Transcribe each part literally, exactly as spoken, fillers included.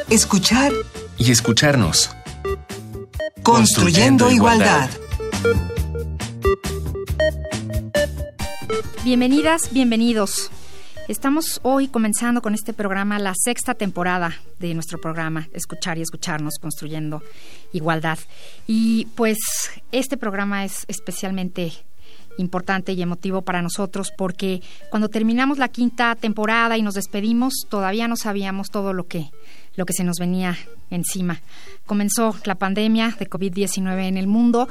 escuchar y escucharnos. Construyendo, Construyendo igualdad. Bienvenidas, bienvenidos. Estamos hoy comenzando con este programa, la sexta temporada de nuestro programa, Escuchar y Escucharnos, Construyendo Igualdad. Y pues este programa es especialmente importante y emotivo para nosotros porque cuando terminamos la quinta temporada y nos despedimos, todavía no sabíamos todo lo que, lo que se nos venía encima. Comenzó la pandemia de covid diecinueve en el mundo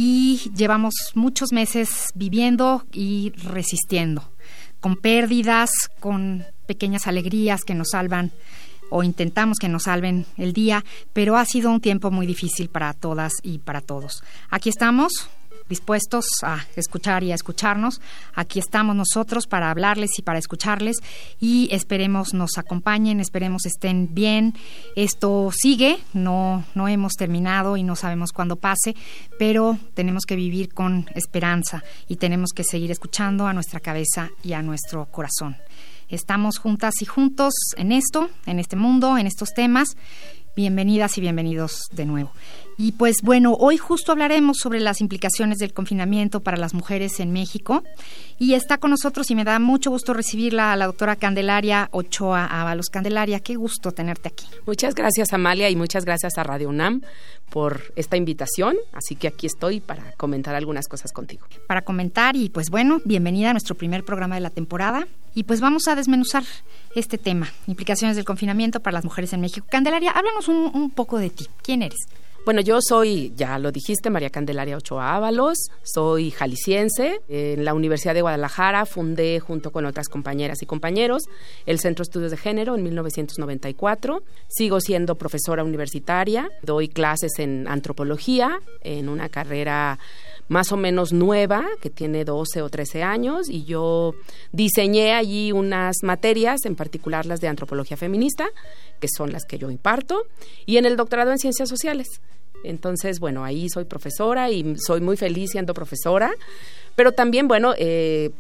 y llevamos muchos meses viviendo y resistiendo, con pérdidas, con pequeñas alegrías que nos salvan o intentamos que nos salven el día, pero ha sido un tiempo muy difícil para todas y para todos. Aquí estamos, dispuestos a escuchar y a escucharnos. Aquí estamos nosotros para hablarles y para escucharles y esperemos nos acompañen, esperemos estén bien. Esto sigue, no, no hemos terminado y no sabemos cuándo pase, pero tenemos que vivir con esperanza y tenemos que seguir escuchando a nuestra cabeza y a nuestro corazón. Estamos juntas y juntos en esto, en este mundo, en estos temas. Bienvenidas y bienvenidos de nuevo. Y pues bueno, hoy justo hablaremos sobre las implicaciones del confinamiento para las mujeres en México. Y está con nosotros y me da mucho gusto recibirla a la doctora Candelaria Ochoa Ábalos. Candelaria, qué gusto tenerte aquí. Muchas gracias, Amalia, y muchas gracias a Radio UNAM por esta invitación. Así que aquí estoy para comentar algunas cosas contigo. Para comentar y pues bueno, bienvenida a nuestro primer programa de la temporada. Y pues vamos a desmenuzar este tema, implicaciones del confinamiento para las mujeres en México. Candelaria, háblanos un, un poco de ti. ¿Quién eres? Bueno, yo soy, ya lo dijiste, María Candelaria Ochoa Ábalos, soy jalisciense. En la Universidad de Guadalajara fundé, junto con otras compañeras y compañeros, el Centro de Estudios de Género en mil novecientos noventa y cuatro. Sigo siendo profesora universitaria, doy clases en antropología, en una carrera más o menos nueva, que tiene doce o trece años, y yo diseñé allí unas materias, en particular las de antropología feminista, que son las que yo imparto, y en el doctorado en ciencias sociales. Entonces, bueno, ahí soy profesora y soy muy feliz siendo profesora, pero también, bueno, eh,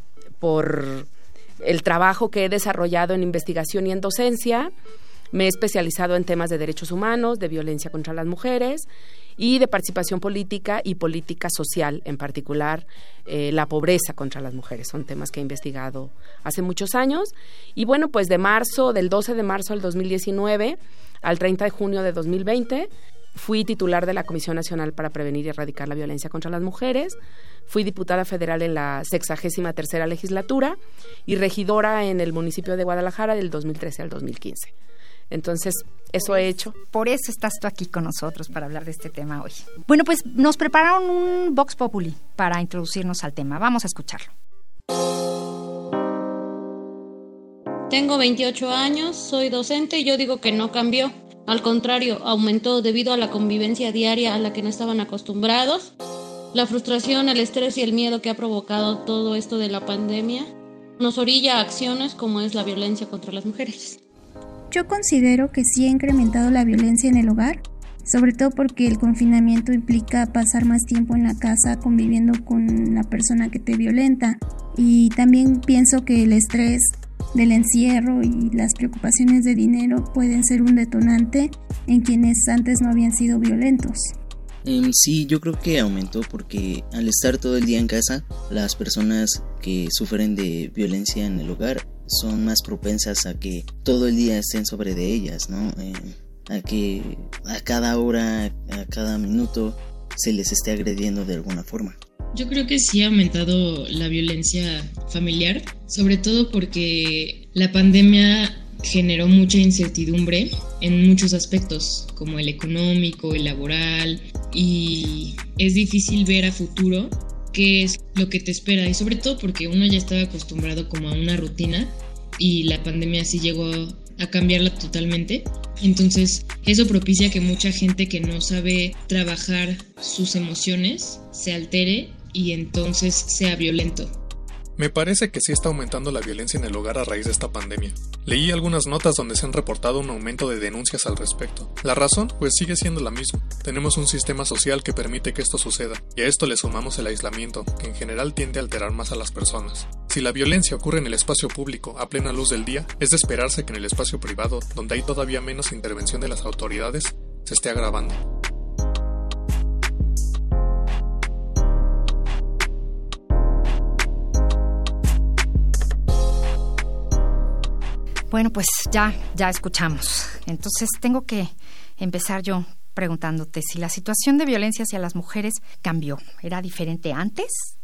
por el trabajo que he desarrollado en investigación y en docencia, me he especializado en temas de derechos humanos, de violencia contra las mujeres y de participación política y política social, en particular eh, la pobreza contra las mujeres. Son temas que he investigado hace muchos años. Y bueno, pues de marzo, del doce de marzo del dos mil diecinueve al treinta de junio de dos mil veinte, fui titular de la Comisión Nacional para Prevenir y Erradicar la Violencia contra las Mujeres, fui diputada federal en la sexagésima tercera legislatura y regidora en el municipio de Guadalajara del dos mil trece al dos mil quince. Entonces, eso he hecho. Por eso estás tú aquí con nosotros para hablar de este tema hoy. Bueno, pues nos prepararon un Vox Populi para introducirnos al tema. Vamos a escucharlo. Tengo veintiocho años, soy docente y yo digo que no cambió. Al contrario, aumentó debido a la convivencia diaria a la que no estaban acostumbrados, la frustración, el estrés y el miedo que ha provocado todo esto de la pandemia nos orilla a acciones como es la violencia contra las mujeres. Yo considero que sí ha incrementado la violencia en el hogar, sobre todo porque el confinamiento implica pasar más tiempo en la casa conviviendo con la persona que te violenta. Y también pienso que el estrés del encierro y las preocupaciones de dinero pueden ser un detonante en quienes antes no habían sido violentos. Um, sí, yo creo que aumentó porque al estar todo el día en casa, las personas que sufren de violencia en el hogar son más propensas a que todo el día estén sobre de ellas, ¿no? Eh, a que a cada hora, a cada minuto se les esté agrediendo de alguna forma. Yo creo que sí ha aumentado la violencia familiar, sobre todo porque la pandemia generó mucha incertidumbre en muchos aspectos, como el económico, el laboral, y es difícil ver a futuro qué es lo que te espera, y sobre todo porque uno ya estaba acostumbrado como a una rutina y la pandemia sí llegó a cambiarla totalmente. Entonces eso propicia que mucha gente que no sabe trabajar sus emociones se altere y entonces sea violento. Me parece que sí está aumentando la violencia en el hogar a raíz de esta pandemia. Leí algunas notas donde se han reportado un aumento de denuncias al respecto. La razón, pues sigue siendo la misma. Tenemos un sistema social que permite que esto suceda, y a esto le sumamos el aislamiento, que en general tiende a alterar más a las personas. Si la violencia ocurre en el espacio público a plena luz del día, es de esperarse que en el espacio privado, donde hay todavía menos intervención de las autoridades, se esté agravando. Bueno, pues ya, ya escuchamos. Entonces tengo que empezar yo preguntándote si la situación de violencia hacia las mujeres cambió. ¿Era diferente antes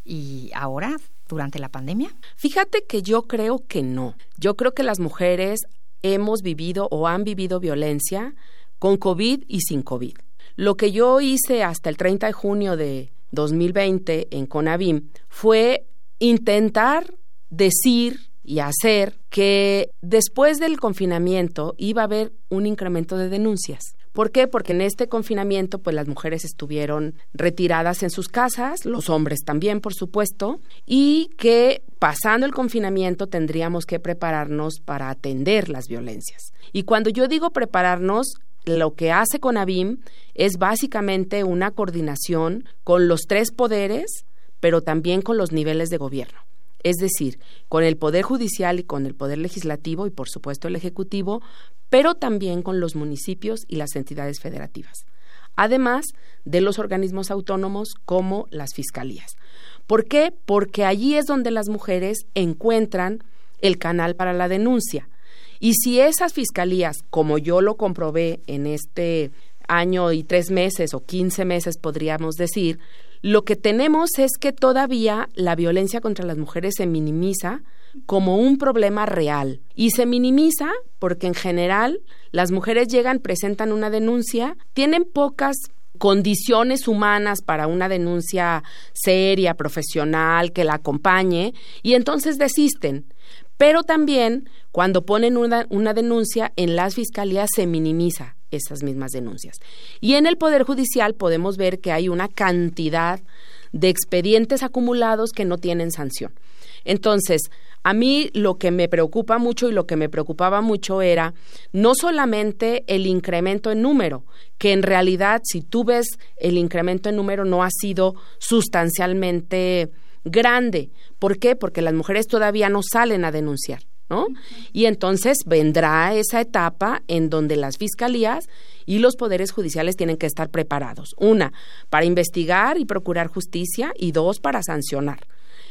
y ahora, durante la pandemia? Fíjate que yo creo que no. Yo creo que las mujeres hemos vivido o han vivido violencia con COVID y sin COVID. Lo que yo hice hasta el treinta de junio de dos mil veinte en CONAVIM fue intentar decir y hacer que después del confinamiento iba a haber un incremento de denuncias. ¿Por qué? Porque en este confinamiento pues las mujeres estuvieron retiradas en sus casas, los hombres también, por supuesto, y que pasando el confinamiento tendríamos que prepararnos para atender las violencias. Y cuando yo digo prepararnos, lo que hace CONAVIM es básicamente una coordinación con los tres poderes, pero también con los niveles de gobierno. Es decir, con el Poder Judicial y con el Poder Legislativo y, por supuesto, el Ejecutivo, pero también con los municipios y las entidades federativas, además de los organismos autónomos como las fiscalías. ¿Por qué? Porque allí es donde las mujeres encuentran el canal para la denuncia. Y si esas fiscalías, como yo lo comprobé en este año y tres meses o quince meses, podríamos decir, lo que tenemos es que todavía la violencia contra las mujeres se minimiza como un problema real. Y se minimiza porque en general las mujeres llegan, presentan una denuncia, tienen pocas condiciones humanas para una denuncia seria, profesional, que la acompañe, y entonces desisten. Pero también cuando ponen una, una denuncia en las fiscalías se minimiza esas mismas denuncias. Y en el Poder Judicial podemos ver que hay una cantidad de expedientes acumulados que no tienen sanción. Entonces, a mí lo que me preocupa mucho y lo que me preocupaba mucho era no solamente el incremento en número, que en realidad si tú ves el incremento en número no ha sido sustancialmente grande. ¿Por qué? Porque las mujeres todavía no salen a denunciar, ¿no? Y entonces vendrá esa etapa en donde las fiscalías y los poderes judiciales tienen que estar preparados. Una, para investigar y procurar justicia, y dos, para sancionar.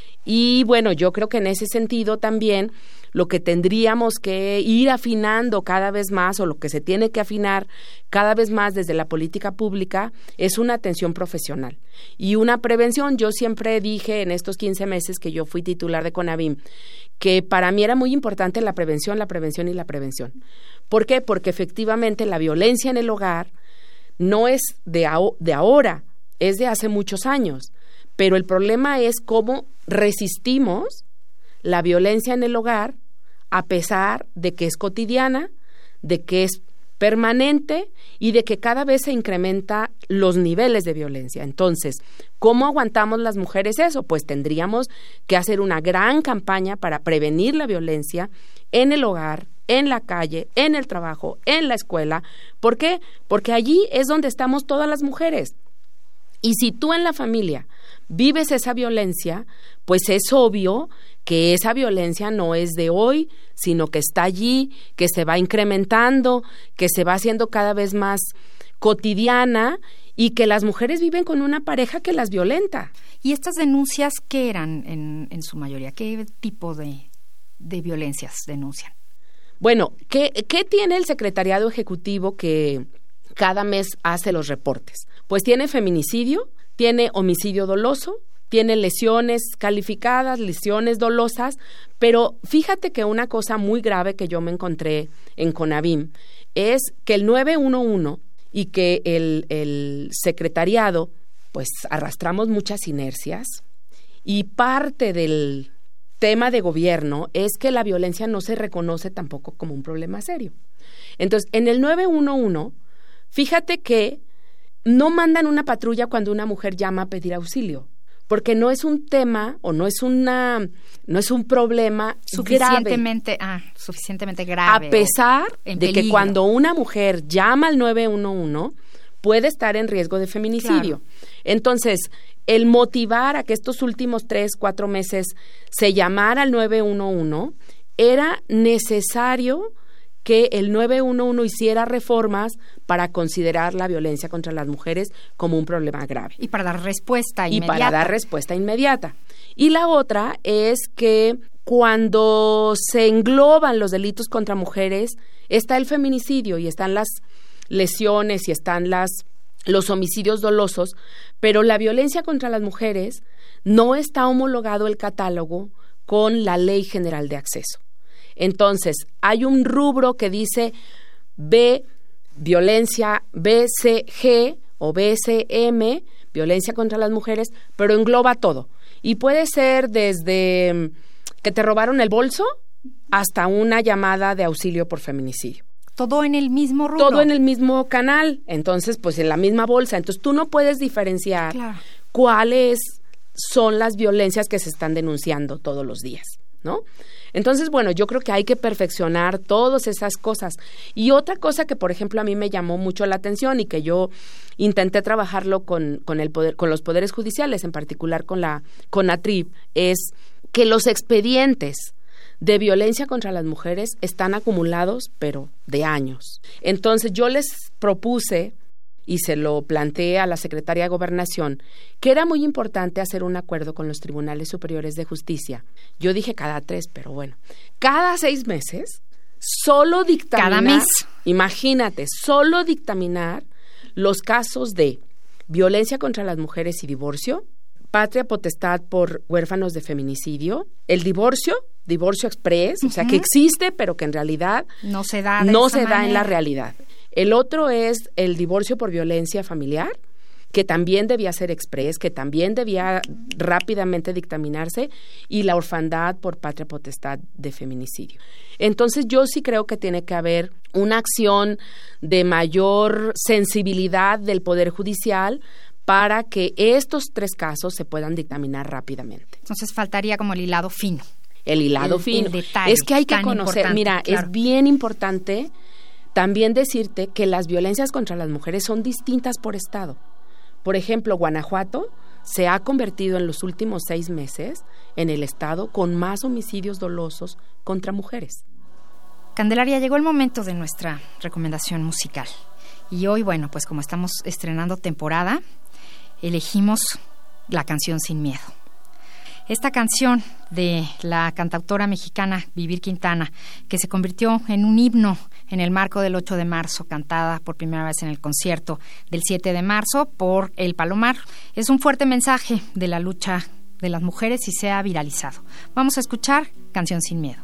Y bueno, yo creo que en ese sentido también lo que tendríamos que ir afinando cada vez más, o lo que se tiene que afinar cada vez más desde la política pública, es una atención profesional y una prevención. Yo siempre dije en estos quince meses que yo fui titular de CONAVIM que para mí era muy importante la prevención, la prevención y la prevención. ¿Por qué? Porque efectivamente la violencia en el hogar no es de, a- de ahora, es de hace muchos años, pero el problema es cómo resistimos la violencia en el hogar a pesar de que es cotidiana, de que es permanente y de que cada vez se incrementa los niveles de violencia. Entonces, ¿cómo aguantamos las mujeres eso? Pues tendríamos que hacer una gran campaña para prevenir la violencia en el hogar, en la calle, en el trabajo, en la escuela. ¿Por qué? Porque allí es donde estamos todas las mujeres. Y si tú en la familia vives esa violencia, pues es obvio que esa violencia no es de hoy, sino que está allí, que se va incrementando, que se va haciendo cada vez más cotidiana y que las mujeres viven con una pareja que las violenta. ¿Y estas denuncias qué eran en, en su mayoría? ¿Qué tipo de, de violencias denuncian? Bueno, ¿qué, qué tiene el Secretariado Ejecutivo que cada mes hace los reportes? Pues tiene feminicidio, tiene homicidio doloso, tiene lesiones calificadas, lesiones dolosas, pero fíjate que una cosa muy grave que yo me encontré en CONAVIM es que el nueve uno uno y que el, el secretariado, pues arrastramos muchas inercias, y parte del tema de gobierno es que la violencia no se reconoce tampoco como un problema serio. Entonces, en el nueve uno uno, fíjate que no mandan una patrulla cuando una mujer llama a pedir auxilio, porque no es un tema o no es una no es un problema suficientemente grave. Ah, suficientemente grave. A pesar de peligro. que cuando una mujer llama al nueve uno uno, puede estar en riesgo de feminicidio. Claro. Entonces, el motivar a que estos últimos tres, cuatro meses se llamara al nueve uno uno, era necesario que el nueve uno uno hiciera reformas para considerar la violencia contra las mujeres como un problema grave. Y para dar respuesta inmediata. Y para dar respuesta inmediata. Y la otra es que cuando se engloban los delitos contra mujeres, está el feminicidio y están las lesiones y están las, los homicidios dolosos, pero la violencia contra las mujeres no está homologado el catálogo con la Ley General de Acceso. Entonces, hay un rubro que dice B, violencia B C G o B C M, violencia contra las mujeres, pero engloba todo. Y puede ser desde que te robaron el bolso hasta una llamada de auxilio por feminicidio. Todo en el mismo rubro. Todo en el mismo canal, entonces pues en la misma bolsa. Entonces tú no puedes diferenciar claro. cuáles son las violencias que se están denunciando todos los días, ¿no? Entonces, bueno, yo creo que hay que perfeccionar todas esas cosas. Y otra cosa que, por ejemplo, a mí me llamó mucho la atención y que yo intenté trabajarlo con, con, el poder, con los poderes judiciales, en particular con la CONATRIP, es que los expedientes de violencia contra las mujeres están acumulados, pero de años. Entonces, yo les propuse y se lo planteé a la Secretaría de Gobernación, que era muy importante hacer un acuerdo con los tribunales superiores de justicia. Yo dije cada tres, pero bueno, cada seis meses, solo dictaminar, cada mes, imagínate, solo dictaminar los casos de violencia contra las mujeres y divorcio, patria potestad por huérfanos de feminicidio, el divorcio, divorcio express, uh-huh. o sea, que existe, pero que en realidad no se da, de no esa se da manera. en la realidad. El otro es el divorcio por violencia familiar, que también debía ser express, que también debía rápidamente dictaminarse, y la orfandad por patria potestad de feminicidio. Entonces, yo sí creo que tiene que haber una acción de mayor sensibilidad del Poder Judicial para que estos tres casos se puedan dictaminar rápidamente. Entonces, faltaría como el hilado fino. El hilado el, fino. El detalle, es que hay que conocer, mira, claro. es bien importante también decirte que las violencias contra las mujeres son distintas por estado. Por ejemplo, Guanajuato se ha convertido en los últimos seis meses en el estado con más homicidios dolosos contra mujeres. Candelaria, llegó el momento de nuestra recomendación musical. Y hoy, bueno, pues como estamos estrenando temporada, elegimos la canción Sin Miedo. Esta canción de la cantautora mexicana Vivir Quintana, que se convirtió en un himno en el marco del ocho de marzo, cantada por primera vez en el concierto del siete de marzo por El Palomar, es un fuerte mensaje de la lucha de las mujeres y se ha viralizado. Vamos a escuchar Canción Sin Miedo.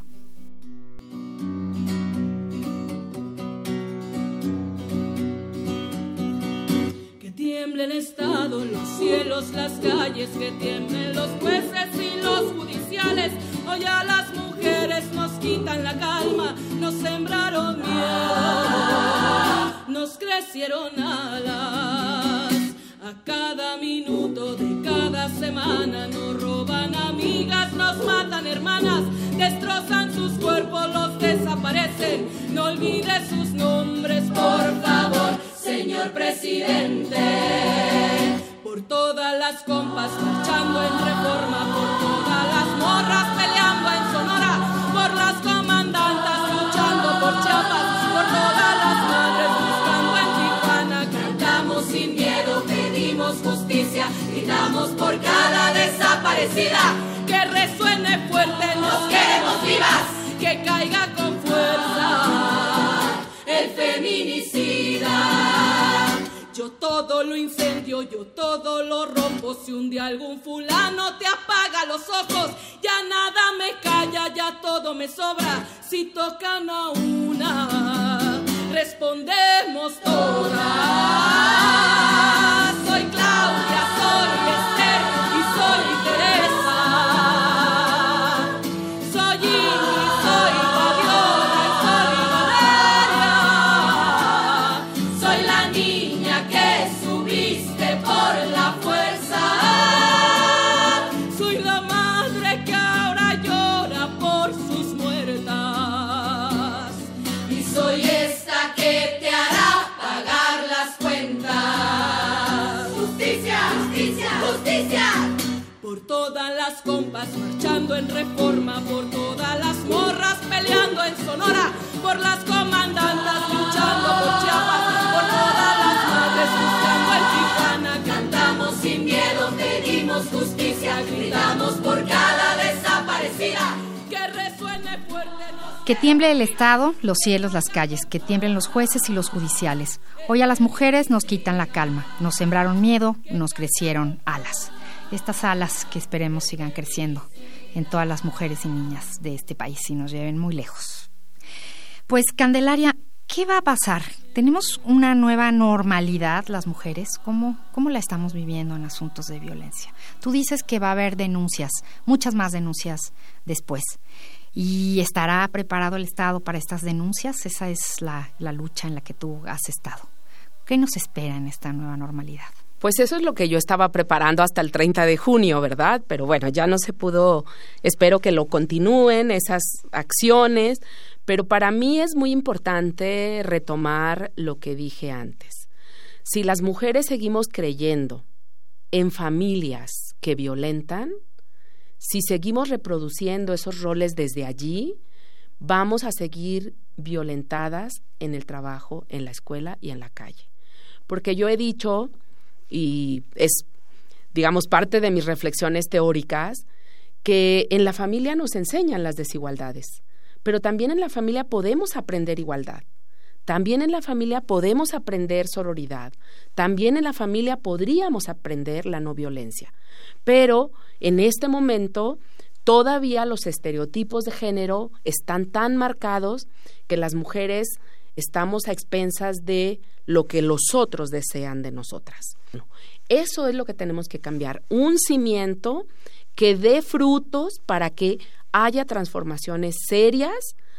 Tiembla el Estado, los cielos, las calles, que tiemblen los jueces y los judiciales. Hoy a las mujeres nos quitan la calma, nos sembraron miedo, nos crecieron alas. A cada minuto de cada semana nos roban amigas, nos matan hermanas, destrozan sus cuerpos, los desaparecen. No olvides sus nombres, por favor, señor presidente. Por todas las compas marchando en Reforma, por todas las morras peleando en Sonora, por las comandantas luchando por Chiapas, por todas las madres buscando en Tijuana. Cantamos sin miedo, pedimos justicia, gritamos por cada desaparecida. Que resuene fuerte, nos queremos vivas, que caiga con fuerza el feminicida. Yo todo lo incendio, yo todo lo rompo. Si un día algún fulano te apaga los ojos, ya nada me calla, ya todo me sobra. Si tocan a una, respondemos todas. Soy Claudia, soy Esther y soy Teresa. Soy Ingrid, soy Fabiola y soy Valeria. Soy la niña que subiste por la fuerza. Soy la madre que ahora llora por sus muertas. Y soy las compas marchando en Reforma, por todas las morras peleando en Sonora, por las comandantas luchando por Chiapas, por todas las madres buscando en Tijuana. Cantamos sin miedo, pedimos justicia, gritamos por cada desaparecida. Que resuene fuerte. Que tiemble el Estado, los cielos, las calles, que tiemblen los jueces y los judiciales. Hoy a las mujeres nos quitan la calma, nos sembraron miedo, nos crecieron alas. Estas alas que esperemos sigan creciendo en todas las mujeres y niñas de este país y nos lleven muy lejos. Pues, Candelaria, ¿qué va a pasar? ¿Tenemos una nueva normalidad las mujeres? ¿Cómo, cómo la estamos viviendo en asuntos de violencia? Tú dices que va a haber denuncias, muchas más denuncias después. ¿Y estará preparado el Estado para estas denuncias? Esa es la, la lucha en la que tú has estado. ¿Qué nos espera en esta nueva normalidad? Pues eso es lo que yo estaba preparando hasta el treinta de junio, ¿verdad? Pero bueno, ya no se pudo, espero que lo continúen esas acciones, pero para mí es muy importante retomar lo que dije antes. Si las mujeres seguimos creyendo en familias que violentan, si seguimos reproduciendo esos roles desde allí, vamos a seguir violentadas en el trabajo, en la escuela y en la calle. Porque yo he dicho, y es, digamos, parte de mis reflexiones teóricas, que en la familia nos enseñan las desigualdades, pero también en la familia podemos aprender igualdad. También en la familia podemos aprender sororidad. También en la familia podríamos aprender la no violencia. Pero en este momento todavía los estereotipos de género están tan marcados que las mujeres estamos a expensas de lo que los otros desean de nosotras. Eso es lo que tenemos que cambiar. Un cimiento que dé frutos para que haya transformaciones serias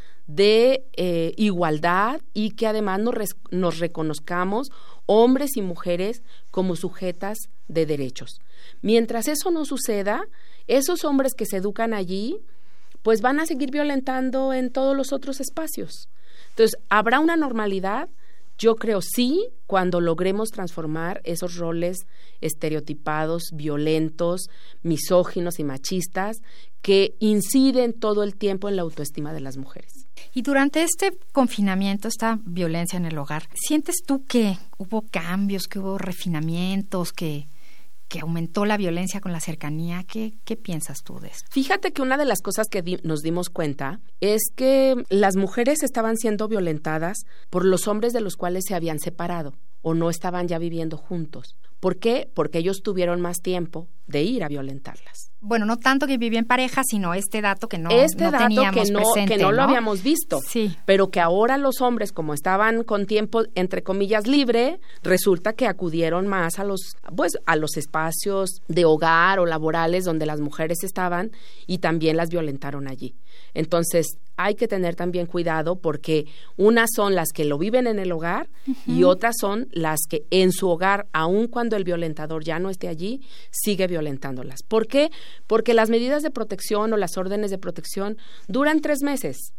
de eh, igualdad y que además nos, res- nos reconozcamos hombres y mujeres como sujetas de derechos. Mientras eso no suceda, esos hombres que se educan allí, pues van a seguir violentando en todos los otros espacios. Entonces, ¿habrá una normalidad? Yo creo sí, cuando logremos transformar esos roles estereotipados, violentos, misóginos y machistas que inciden todo el tiempo en la autoestima de las mujeres. Y durante este confinamiento, esta violencia en el hogar, ¿sientes tú que hubo cambios, que hubo refinamientos, que, que aumentó la violencia con la cercanía? ¿Qué, qué piensas tú de esto? Fíjate que una de las cosas que di- nos dimos cuenta es que las mujeres estaban siendo violentadas por los hombres de los cuales se habían separado o no estaban ya viviendo juntos. ¿Por qué? Porque ellos tuvieron más tiempo de ir a violentarlas. Bueno, no tanto que vivía en pareja, sino este dato que no, este no dato teníamos que no, presente, que no, ¿no? lo habíamos visto, sí. Pero que ahora los hombres, como estaban con tiempo, entre comillas, libre, resulta que acudieron más a los, pues, a los espacios de hogar o laborales donde las mujeres estaban y también las violentaron allí. Entonces, hay que tener también cuidado porque unas son las que lo viven en el hogar uh-huh. y otras son las que en su hogar, aun cuando el violentador ya no esté allí, sigue violentándolas. ¿Por qué? Porque las medidas de protección o las órdenes de protección duran tres meses.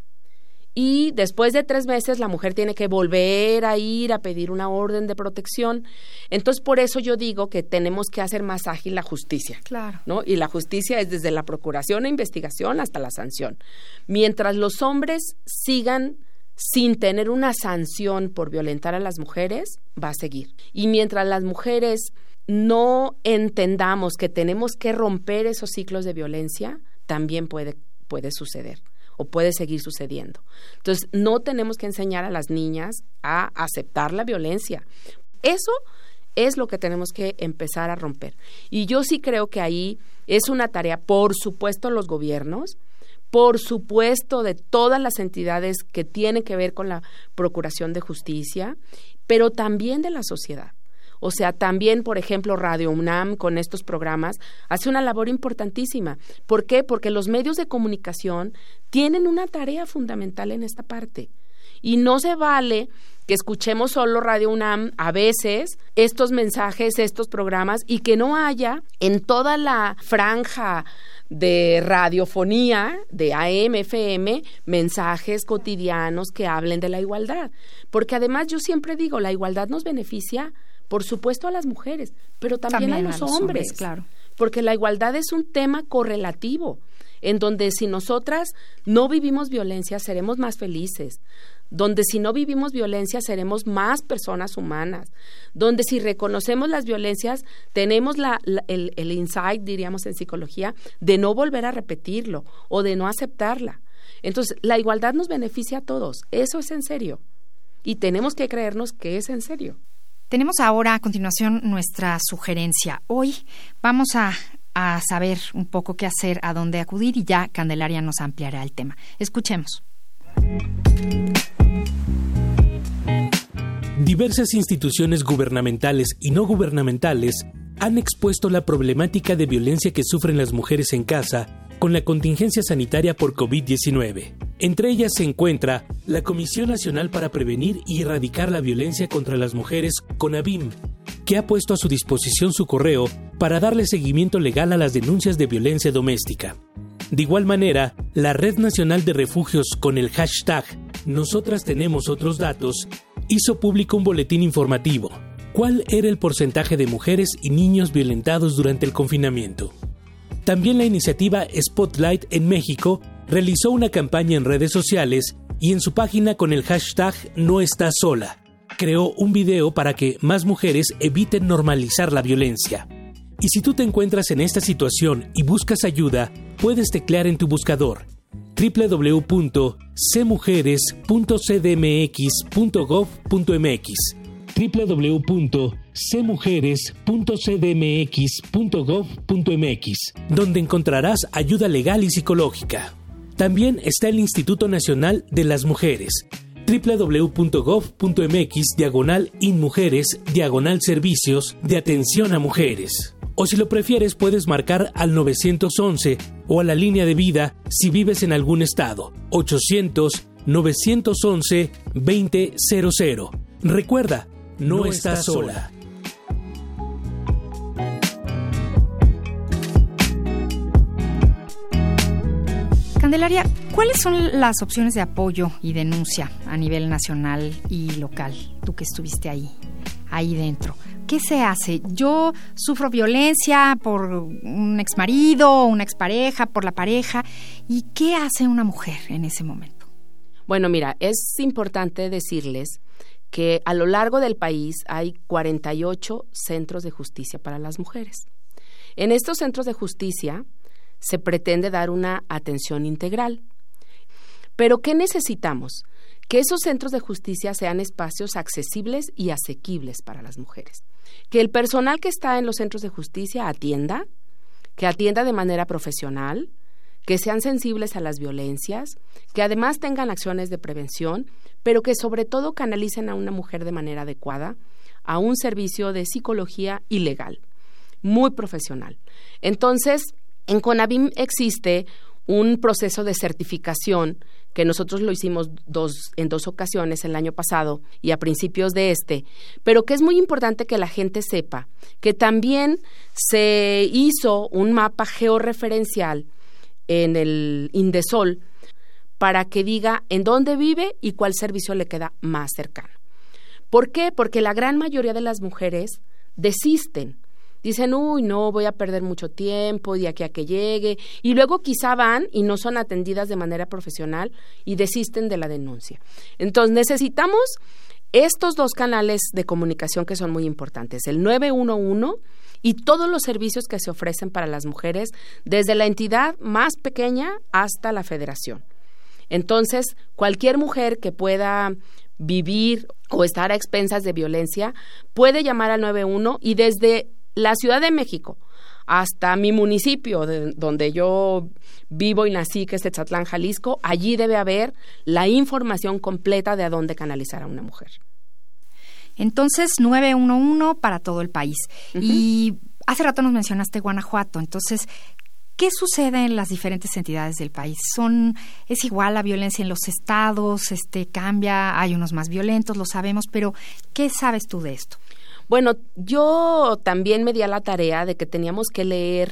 Y después de tres meses la mujer tiene que volver a ir a pedir una orden de protección. Entonces, por eso yo digo que tenemos que hacer más ágil la justicia. Claro. ¿No? Y la justicia es desde la procuración e investigación hasta la sanción. Mientras los hombres sigan sin tener una sanción por violentar a las mujeres, va a seguir. Y mientras las mujeres no entendamos que tenemos que romper esos ciclos de violencia, también puede, puede suceder. O puede seguir sucediendo. Entonces, no tenemos que enseñar a las niñas a aceptar la violencia. Eso es lo que tenemos que empezar a romper. Y yo sí creo que ahí es una tarea, por supuesto, los gobiernos, por supuesto, de todas las entidades que tienen que ver con la procuración de justicia, pero también de la sociedad. O sea, también, por ejemplo, Radio UNAM con estos programas hace una labor importantísima. ¿Por qué? Porque los medios de comunicación tienen una tarea fundamental en esta parte. Y no se vale que escuchemos solo Radio UNAM a veces estos mensajes, estos programas, y que no haya en toda la franja de radiofonía, de A M, F M, mensajes cotidianos que hablen de la igualdad. Porque además yo siempre digo, la igualdad nos beneficia, por supuesto, a las mujeres, pero también, también a los, a los hombres. hombres, claro. porque la igualdad es un tema correlativo, en donde si nosotras no vivimos violencia, seremos más felices, donde si no vivimos violencia, seremos más personas humanas, donde si reconocemos las violencias, tenemos la, la, el, el insight, diríamos en psicología, de no volver a repetirlo o de no aceptarla. Entonces, la igualdad nos beneficia a todos, eso es en serio, y tenemos que creernos que es en serio. Tenemos ahora a continuación nuestra sugerencia. Hoy vamos a, a saber un poco qué hacer, a dónde acudir, y ya Candelaria nos ampliará el tema. Escuchemos. Diversas instituciones gubernamentales y no gubernamentales han expuesto la problemática de violencia que sufren las mujeres en casa con la contingencia sanitaria por covid diecinueve. Entre ellas se encuentra la Comisión Nacional para Prevenir y Erradicar la Violencia contra las Mujeres, CONAVIM, que ha puesto a su disposición su correo para darle seguimiento legal a las denuncias de violencia doméstica. De igual manera, la Red Nacional de Refugios, con el hashtag Nosotras Tenemos Otros Datos, hizo público un boletín informativo. ¿Cuál era el porcentaje de mujeres y niños violentados durante el confinamiento? También la iniciativa Spotlight en México realizó una campaña en redes sociales y en su página con el hashtag No Estás Sola. Creó un video para que más mujeres eviten normalizar la violencia. Y si tú te encuentras en esta situación y buscas ayuda, puedes teclear en tu buscador doble u doble u doble u punto c mujeres punto c d m x punto gov punto m x, doble u doble u doble u punto c mujeres punto c d m x punto gov punto m x, donde encontrarás ayuda legal y psicológica. También está el Instituto Nacional de las Mujeres, doble u doble u doble u punto gov punto m x diagonal inmujeres diagonal servicios de atención a mujeres. O si lo prefieres, puedes marcar al nueve once o a la línea de vida si vives en algún estado, ochocientos, nueve once, veinte cero cero. Recuerda, no, no estás, estás sola. Candelaria, ¿cuáles son las opciones de apoyo y denuncia a nivel nacional y local? Tú que estuviste ahí, ahí dentro. ¿Qué se hace? Yo sufro violencia por un exmarido, una expareja, por la pareja. ¿Y qué hace una mujer en ese momento? Bueno, mira, es importante decirles que a lo largo del país hay cuarenta y ocho centros de justicia para las mujeres. En estos centros de justicia se pretende dar una atención integral. ¿Pero qué necesitamos? Que esos centros de justicia sean espacios accesibles y asequibles para las mujeres. Que el personal que está en los centros de justicia atienda, que atienda de manera profesional, que sean sensibles a las violencias, que además tengan acciones de prevención, pero que sobre todo canalicen a una mujer de manera adecuada a un servicio de psicología y legal, muy profesional. Entonces, en CONAVIM existe un proceso de certificación que nosotros lo hicimos dos, en dos ocasiones el año pasado y a principios de este, pero que es muy importante que la gente sepa que también se hizo un mapa georreferencial en el INDESOL para que diga en dónde vive y cuál servicio le queda más cercano. ¿Por qué? Porque la gran mayoría de las mujeres desisten. Dicen, uy, no, voy a perder mucho tiempo de aquí a que llegue, y luego quizá van y no son atendidas de manera profesional y desisten de la denuncia. Entonces, necesitamos estos dos canales de comunicación que son muy importantes, el nueve uno uno y todos los servicios que se ofrecen para las mujeres, desde la entidad más pequeña hasta la federación. Entonces, cualquier mujer que pueda vivir o estar a expensas de violencia puede llamar al nueve uno y desde la Ciudad de México hasta mi municipio, de, donde yo vivo y nací, que es Tezzatlán, Jalisco, allí debe haber la información completa de a dónde canalizar a una mujer. Entonces, nueve uno uno para todo el país. Uh-huh. Y hace rato nos mencionaste Guanajuato, entonces, ¿qué sucede en las diferentes entidades del país? ¿Son, es igual la violencia en los estados? Este, ¿cambia? Hay unos más violentos, lo sabemos, pero ¿qué sabes tú de esto? Bueno, yo también me di a la tarea de que teníamos que leer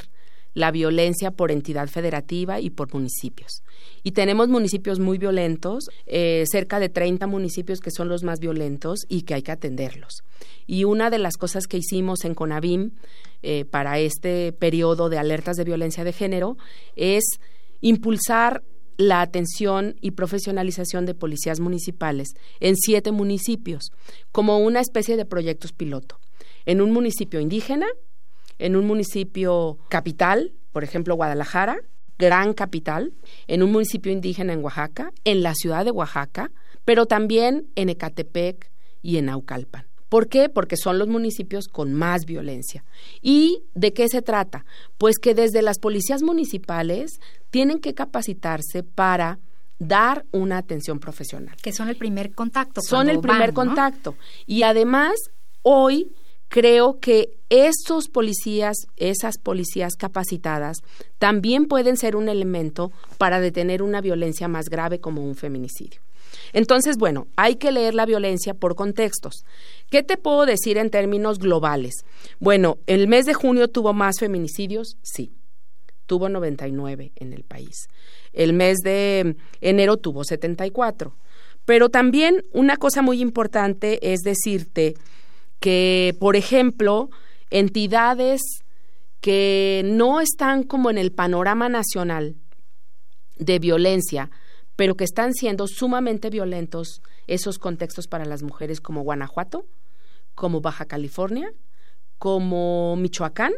la violencia por entidad federativa y por municipios. Y tenemos municipios muy violentos, eh, cerca de treinta municipios que son los más violentos y que hay que atenderlos. Y una de las cosas que hicimos en CONAVIM eh, para este periodo de alertas de violencia de género es impulsar la atención y profesionalización de policías municipales en siete municipios, como una especie de proyectos piloto. En un municipio indígena, en un municipio capital, por ejemplo Guadalajara, gran capital, en un municipio indígena en Oaxaca, en la ciudad de Oaxaca, pero también en Ecatepec y en Naucalpan. ¿Por qué? Porque son los municipios con más violencia. ¿Y de qué se trata? Pues que desde las policías municipales tienen que capacitarse para dar una atención profesional. Que son el primer contacto. Son el primer van, ¿no? contacto. Y además, hoy creo que estos policías, esas policías capacitadas, también pueden ser un elemento para detener una violencia más grave como un feminicidio. Entonces, bueno, hay que leer la violencia por contextos. ¿Qué te puedo decir en términos globales? Bueno, ¿el mes de junio tuvo más feminicidios? Sí, tuvo noventa y nueve en el país. El mes de enero tuvo setenta y cuatro. Pero también una cosa muy importante es decirte que, por ejemplo, entidades que no están como en el panorama nacional de violencia, pero que están siendo sumamente violentos esos contextos para las mujeres, como Guanajuato, como Baja California, como Michoacán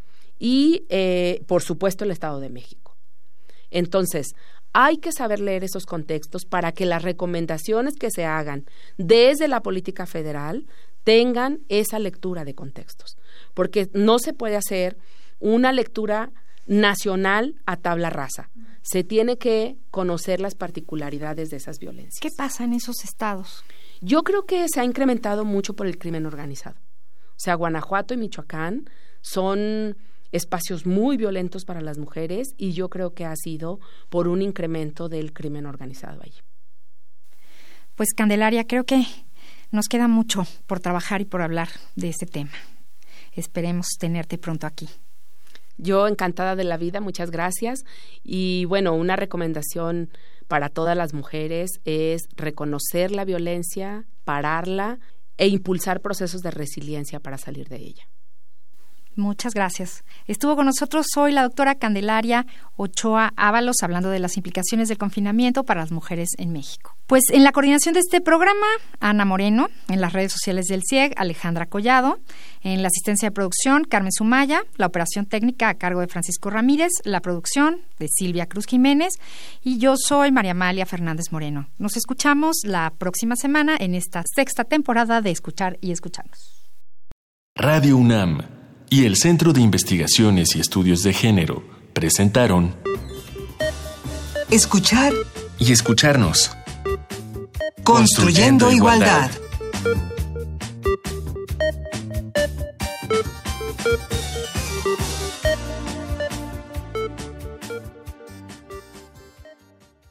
y, eh, por supuesto, el Estado de México. Entonces, hay que saber leer esos contextos para que las recomendaciones que se hagan desde la política federal tengan esa lectura de contextos, porque no se puede hacer una lectura nacional a tabla rasa. Se tiene que conocer las particularidades de esas violencias. ¿Qué pasa en esos estados? Yo creo que se ha incrementado mucho por el crimen organizado. O sea, Guanajuato y Michoacán son espacios muy violentos para las mujeres y yo creo que ha sido por un incremento del crimen organizado allí. Pues, Candelaria, creo que nos queda mucho por trabajar y por hablar de este tema. Esperemos tenerte pronto aquí. Yo encantada de la vida, muchas gracias. Y bueno, una recomendación para todas las mujeres es reconocer la violencia, pararla e impulsar procesos de resiliencia para salir de ella. Muchas gracias. Estuvo con nosotros hoy la doctora Candelaria Ochoa Ábalos hablando de las implicaciones del confinamiento para las mujeres en México. Pues en la coordinación de este programa, Ana Moreno, en las redes sociales del C I E G, Alejandra Collado, en la asistencia de producción, Carmen Sumaya, la operación técnica a cargo de Francisco Ramírez, la producción de Silvia Cruz Jiménez y yo soy María Amalia Fernández Moreno. Nos escuchamos la próxima semana en esta sexta temporada de Escuchar y Escucharnos. Radio UNAM y el Centro de Investigaciones y Estudios de Género presentaron Escuchar y Escucharnos. Construyendo, Construyendo igualdad. igualdad.